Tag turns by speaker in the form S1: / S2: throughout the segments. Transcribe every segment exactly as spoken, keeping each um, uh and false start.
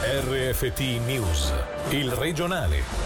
S1: R F T News, il regionale.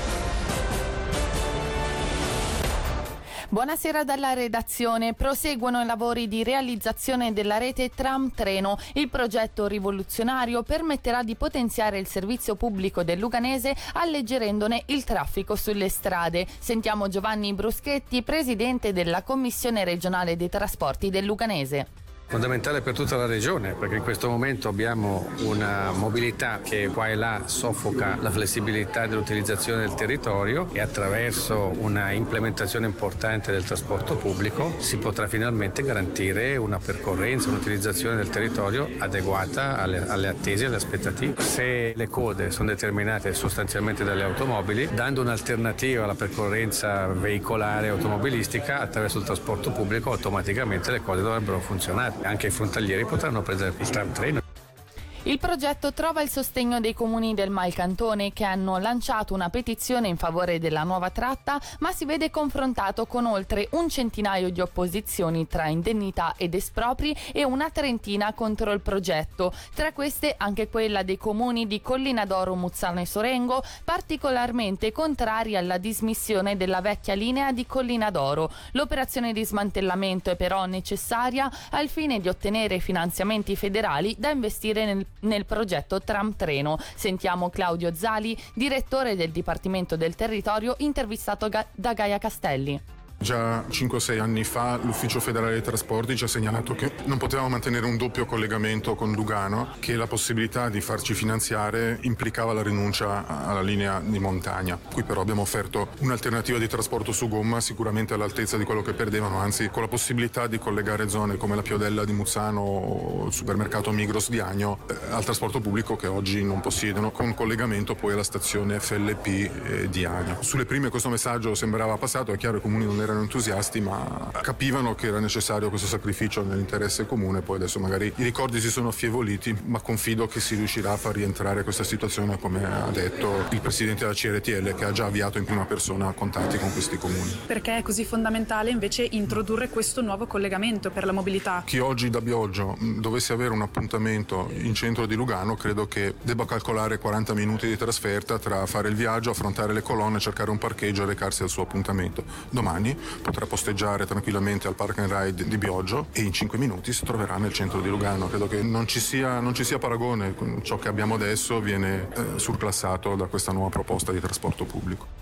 S2: Buonasera dalla redazione. Proseguono i lavori di realizzazione della rete tram-treno. Il progetto rivoluzionario permetterà di potenziare il servizio pubblico del Luganese alleggerendone il traffico sulle strade. Sentiamo Giovanni Bruschetti, presidente della Commissione regionale dei trasporti del Luganese.
S3: Fondamentale per tutta la regione, perché in questo momento abbiamo una mobilità che qua e là soffoca la flessibilità dell'utilizzazione del territorio, e attraverso una implementazione importante del trasporto pubblico si potrà finalmente garantire una percorrenza, un'utilizzazione del territorio adeguata alle, alle attese e alle aspettative. Se le code sono determinate sostanzialmente dalle automobili, dando un'alternativa alla percorrenza veicolare automobilistica attraverso il trasporto pubblico, automaticamente le code dovrebbero funzionare. Anche i frontalieri potranno prendere il tram treno.
S2: Il progetto trova il sostegno dei comuni del Malcantone, che hanno lanciato una petizione in favore della nuova tratta, ma si vede confrontato con oltre un centinaio di opposizioni tra indennità ed espropri e una trentina contro il progetto. Tra queste anche quella dei comuni di Collina d'Oro, Muzzano e Sorengo, particolarmente contrari alla dismissione della vecchia linea di Collina d'Oro. L'operazione di smantellamento è però necessaria al fine di ottenere finanziamenti federali da investire nel nel progetto tram treno. Sentiamo Claudio Zali, direttore del Dipartimento del Territorio, intervistato ga- da Gaia Castelli.
S4: Già cinque o sei anni fa l'Ufficio Federale dei Trasporti ci ha segnalato che non potevamo mantenere un doppio collegamento con Lugano, che la possibilità di farci finanziare implicava la rinuncia alla linea di montagna. Qui però abbiamo offerto un'alternativa di trasporto su gomma sicuramente all'altezza di quello che perdevano, anzi con la possibilità di collegare zone come la Piodella di Muzzano o il supermercato Migros di Agno eh, al trasporto pubblico che oggi non possiedono, con collegamento poi alla stazione F L P eh, di Agno. Sulle prime questo messaggio sembrava passato, è chiaro i comuni non erano entusiasti, ma capivano che era necessario questo sacrificio nell'interesse comune. Poi adesso magari i ricordi si sono affievoliti, ma confido che si riuscirà a far rientrare questa situazione, come ha detto il presidente della C R T L, che ha già avviato in prima persona contatti con questi comuni.
S5: Perché è così fondamentale invece introdurre questo nuovo collegamento per la mobilità?
S4: Chi oggi da Bioggio dovesse avere un appuntamento in centro di Lugano credo che debba calcolare quaranta minuti di trasferta tra fare il viaggio, affrontare le colonne, cercare un parcheggio e recarsi al suo appuntamento. Domani potrà posteggiare tranquillamente al Park and Ride di Bioggio e in cinque minuti si troverà nel centro di Lugano. Credo che non ci sia, non ci sia paragone. Ciò che abbiamo adesso viene eh, surclassato da questa nuova proposta di trasporto pubblico.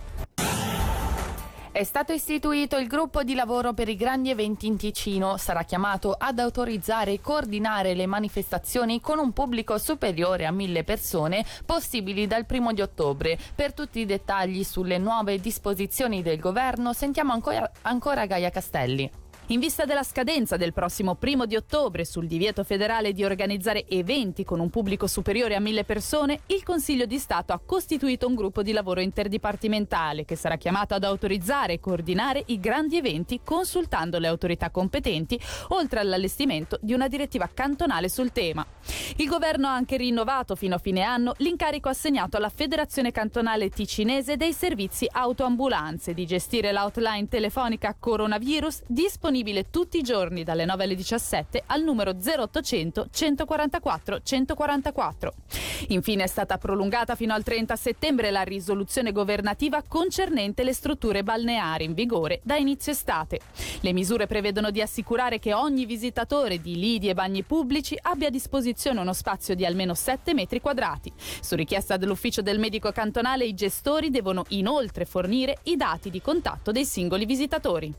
S2: È stato istituito il gruppo di lavoro per i grandi eventi in Ticino. Sarà chiamato ad autorizzare e coordinare le manifestazioni con un pubblico superiore a mille persone, possibili dal primo di ottobre. Per tutti i dettagli sulle nuove disposizioni del governo sentiamo ancora, ancora Gaia Castelli.
S6: In vista della scadenza del prossimo primo di ottobre sul divieto federale di organizzare eventi con un pubblico superiore a mille persone, il Consiglio di Stato ha costituito un gruppo di lavoro interdipartimentale che sarà chiamato ad autorizzare e coordinare i grandi eventi consultando le autorità competenti, oltre all'allestimento di una direttiva cantonale sul tema. Il governo ha anche rinnovato fino a fine anno l'incarico assegnato alla Federazione Cantonale Ticinese dei Servizi Autoambulanze di gestire l'hotline telefonica coronavirus disponibile tutti i giorni dalle nove alle diciassette al numero zero ottocento centoquarantaquattro centoquarantaquattro. Infine è stata prolungata fino al trenta settembre la risoluzione governativa concernente le strutture balneari in vigore da inizio estate. Le misure prevedono di assicurare che ogni visitatore di lidi e bagni pubblici abbia a disposizione uno spazio di almeno sette metri quadrati. Su richiesta dell'ufficio del medico cantonale, i gestori devono inoltre fornire i dati di contatto dei singoli visitatori.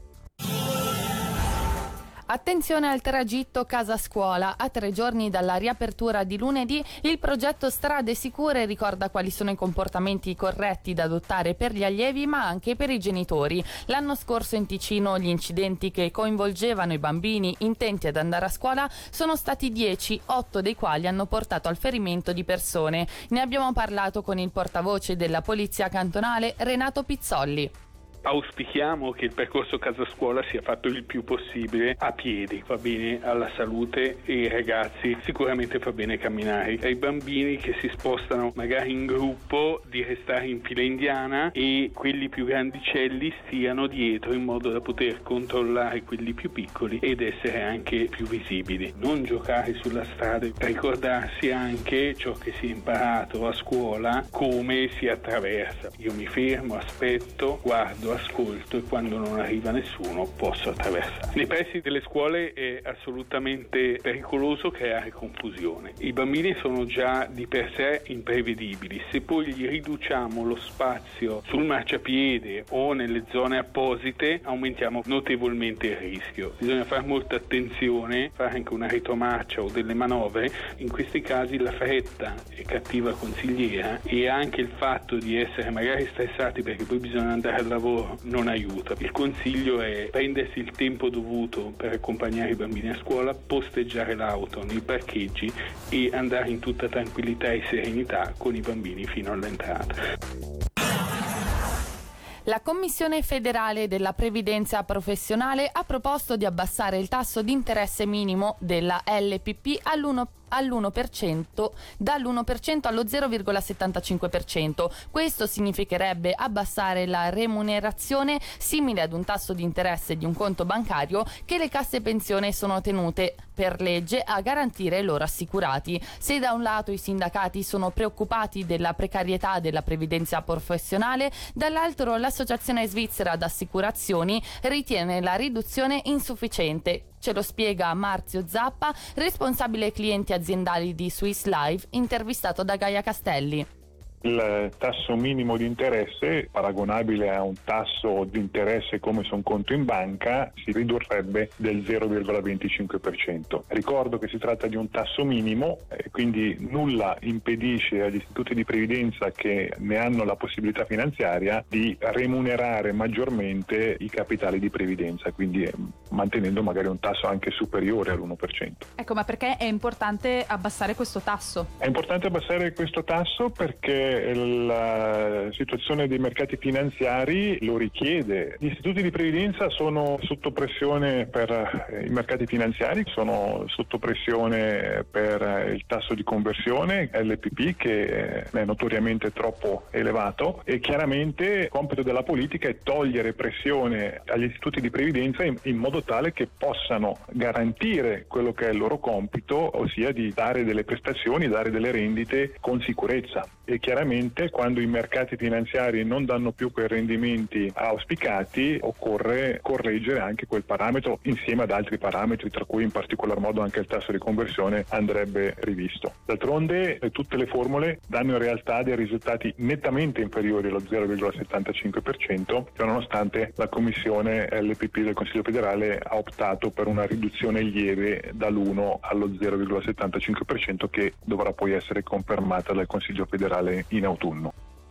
S2: Attenzione al tragitto casa-scuola. A tre giorni dalla riapertura di lunedì, il progetto Strade Sicure ricorda quali sono i comportamenti corretti da adottare per gli allievi ma anche per i genitori. L'anno scorso in Ticino gli incidenti che coinvolgevano i bambini intenti ad andare a scuola sono stati dieci, otto dei quali hanno portato al ferimento di persone. Ne abbiamo parlato con il portavoce della Polizia Cantonale, Renato Pizzolli.
S7: Auspichiamo che il percorso casa scuola sia fatto il più possibile a piedi, fa bene alla salute e ai ragazzi sicuramente fa bene camminare. Ai bambini che si spostano magari in gruppo di restare in fila indiana e quelli più grandicelli stiano dietro in modo da poter controllare quelli più piccoli ed essere anche più visibili. Non giocare sulla strada, ricordarsi anche ciò che si è imparato a scuola, come si attraversa. Io mi fermo, aspetto, guardo, ascolto e quando non arriva nessuno posso attraversare. Nei pressi delle scuole è assolutamente pericoloso creare confusione. I bambini sono già di per sé imprevedibili, se poi gli riduciamo lo spazio sul marciapiede o nelle zone apposite aumentiamo notevolmente il rischio. Bisogna fare molta attenzione, fare anche una retromarcia o delle manovre. In questi casi la fretta è cattiva consigliera e anche il fatto di essere magari stressati perché poi bisogna andare al lavoro non aiuta. Il consiglio è prendersi il tempo dovuto per accompagnare i bambini a scuola, posteggiare l'auto nei parcheggi e andare in tutta tranquillità e serenità con i bambini fino all'entrata.
S2: La Commissione federale della previdenza professionale ha proposto di abbassare il tasso di interesse minimo della L P P all'uno all'uno per cento, dall'uno per cento allo zero virgola settantacinque per cento. Questo significherebbe abbassare la remunerazione simile ad un tasso di interesse di un conto bancario che le casse pensione sono tenute per legge a garantire ai loro assicurati. Se da un lato i sindacati sono preoccupati della precarietà della previdenza professionale, dall'altro l'Associazione Svizzera d'Assicurazioni ritiene la riduzione insufficiente. Ce lo spiega Marzio Zappa, responsabile clienti aziendali di Swiss Life, intervistato da Gaia Castelli.
S8: Il tasso minimo di interesse, paragonabile a un tasso di interesse come su un conto in banca, si ridurrebbe del zero virgola venticinque per cento. Ricordo che si tratta di un tasso minimo e quindi nulla impedisce agli istituti di previdenza che ne hanno la possibilità finanziaria di remunerare maggiormente i capitali di previdenza, quindi mantenendo magari un tasso anche superiore all'uno per cento.
S6: Ecco, ma perché è importante abbassare questo tasso?
S8: È importante abbassare questo tasso perché la situazione dei mercati finanziari lo richiede. Gli istituti di previdenza sono sotto pressione per i mercati finanziari, sono sotto pressione per il tasso di conversione L P P che è notoriamente troppo elevato e chiaramente il compito della politica è togliere pressione agli istituti di previdenza in, in modo tale che possano garantire quello che è il loro compito, ossia di dare delle prestazioni, dare delle rendite con sicurezza. E chiaramente quando i mercati finanziari non danno più quei rendimenti auspicati occorre correggere anche quel parametro insieme ad altri parametri, tra cui in particolar modo anche il tasso di conversione andrebbe rivisto. D'altronde tutte le formule danno in realtà dei risultati nettamente inferiori allo zero virgola settantacinque per cento, nonostante la Commissione L P P del Consiglio federale ha optato per una riduzione lieve dall'uno allo zero virgola settantacinque per cento che dovrà poi essere confermata dal Consiglio federale in autunno.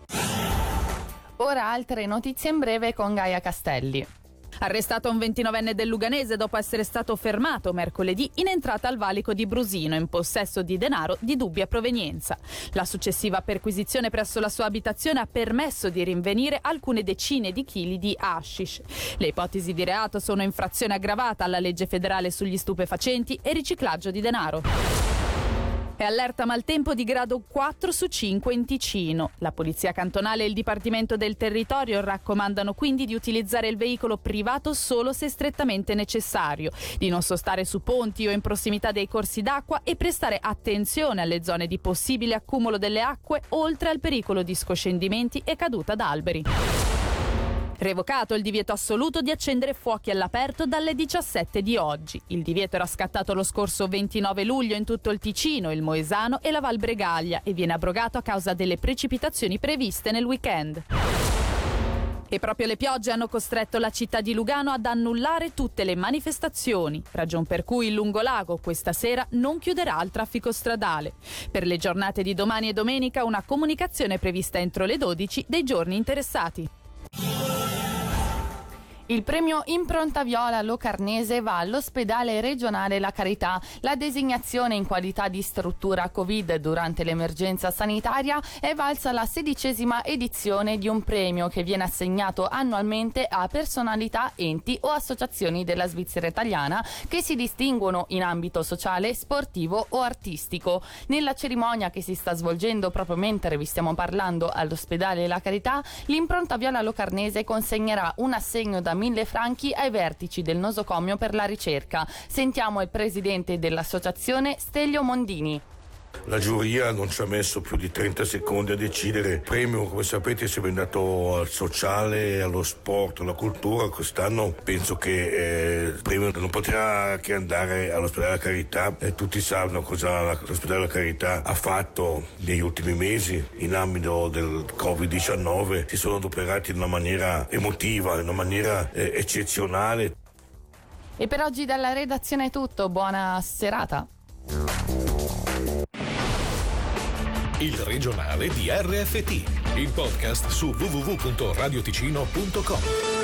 S2: Ora altre notizie in breve con Gaia Castelli.
S6: Arrestato un ventinovenne del Luganese dopo essere stato fermato mercoledì in entrata al valico di Brusino in possesso di denaro di dubbia provenienza. La successiva perquisizione presso la sua abitazione ha permesso di rinvenire alcune decine di chili di hashish. Le ipotesi di reato sono infrazione aggravata alla legge federale sugli stupefacenti e riciclaggio di denaro. È allerta maltempo di grado quattro su cinque in Ticino. La Polizia Cantonale e il Dipartimento del Territorio raccomandano quindi di utilizzare il veicolo privato solo se strettamente necessario, di non sostare su ponti o in prossimità dei corsi d'acqua e prestare attenzione alle zone di possibile accumulo delle acque, oltre al pericolo di scoscendimenti e caduta d'alberi. Revocato il divieto assoluto di accendere fuochi all'aperto dalle diciassette di oggi. Il divieto era scattato lo scorso ventinove luglio in tutto il Ticino, il Moesano e la Val Bregaglia e viene abrogato a causa delle precipitazioni previste nel weekend. E proprio le piogge hanno costretto la città di Lugano ad annullare tutte le manifestazioni, ragion per cui il lungolago questa sera non chiuderà al traffico stradale. Per le giornate di domani e domenica una comunicazione è prevista entro le dodici dei giorni interessati.
S2: Il premio Impronta Viola Locarnese va all'ospedale regionale La Carità. La designazione in qualità di struttura Covid durante l'emergenza sanitaria è valsa la sedicesima edizione di un premio che viene assegnato annualmente a personalità, enti o associazioni della Svizzera italiana che si distinguono in ambito sociale, sportivo o artistico. Nella cerimonia che si sta svolgendo proprio mentre vi stiamo parlando all'ospedale La Carità, l'Impronta Viola Locarnese consegnerà un assegno da mille franchi ai vertici del nosocomio per la ricerca. Sentiamo il presidente dell'associazione, Stelio Mondini.
S9: La giuria non ci ha messo più di trenta secondi a decidere. Il premio, come sapete, è andato al sociale, allo sport, alla cultura. Quest'anno penso che eh, il premio non potrà che andare all'ospedale della Carità. Eh, tutti sanno cosa l'ospedale della Carità ha fatto negli ultimi mesi in ambito del covid diciannove. Si sono adoperati in una maniera emotiva, in una maniera eh, eccezionale.
S2: E per oggi dalla redazione è tutto. Buona serata.
S1: Il regionale di R F T, il podcast su w w w punto radioticino punto com.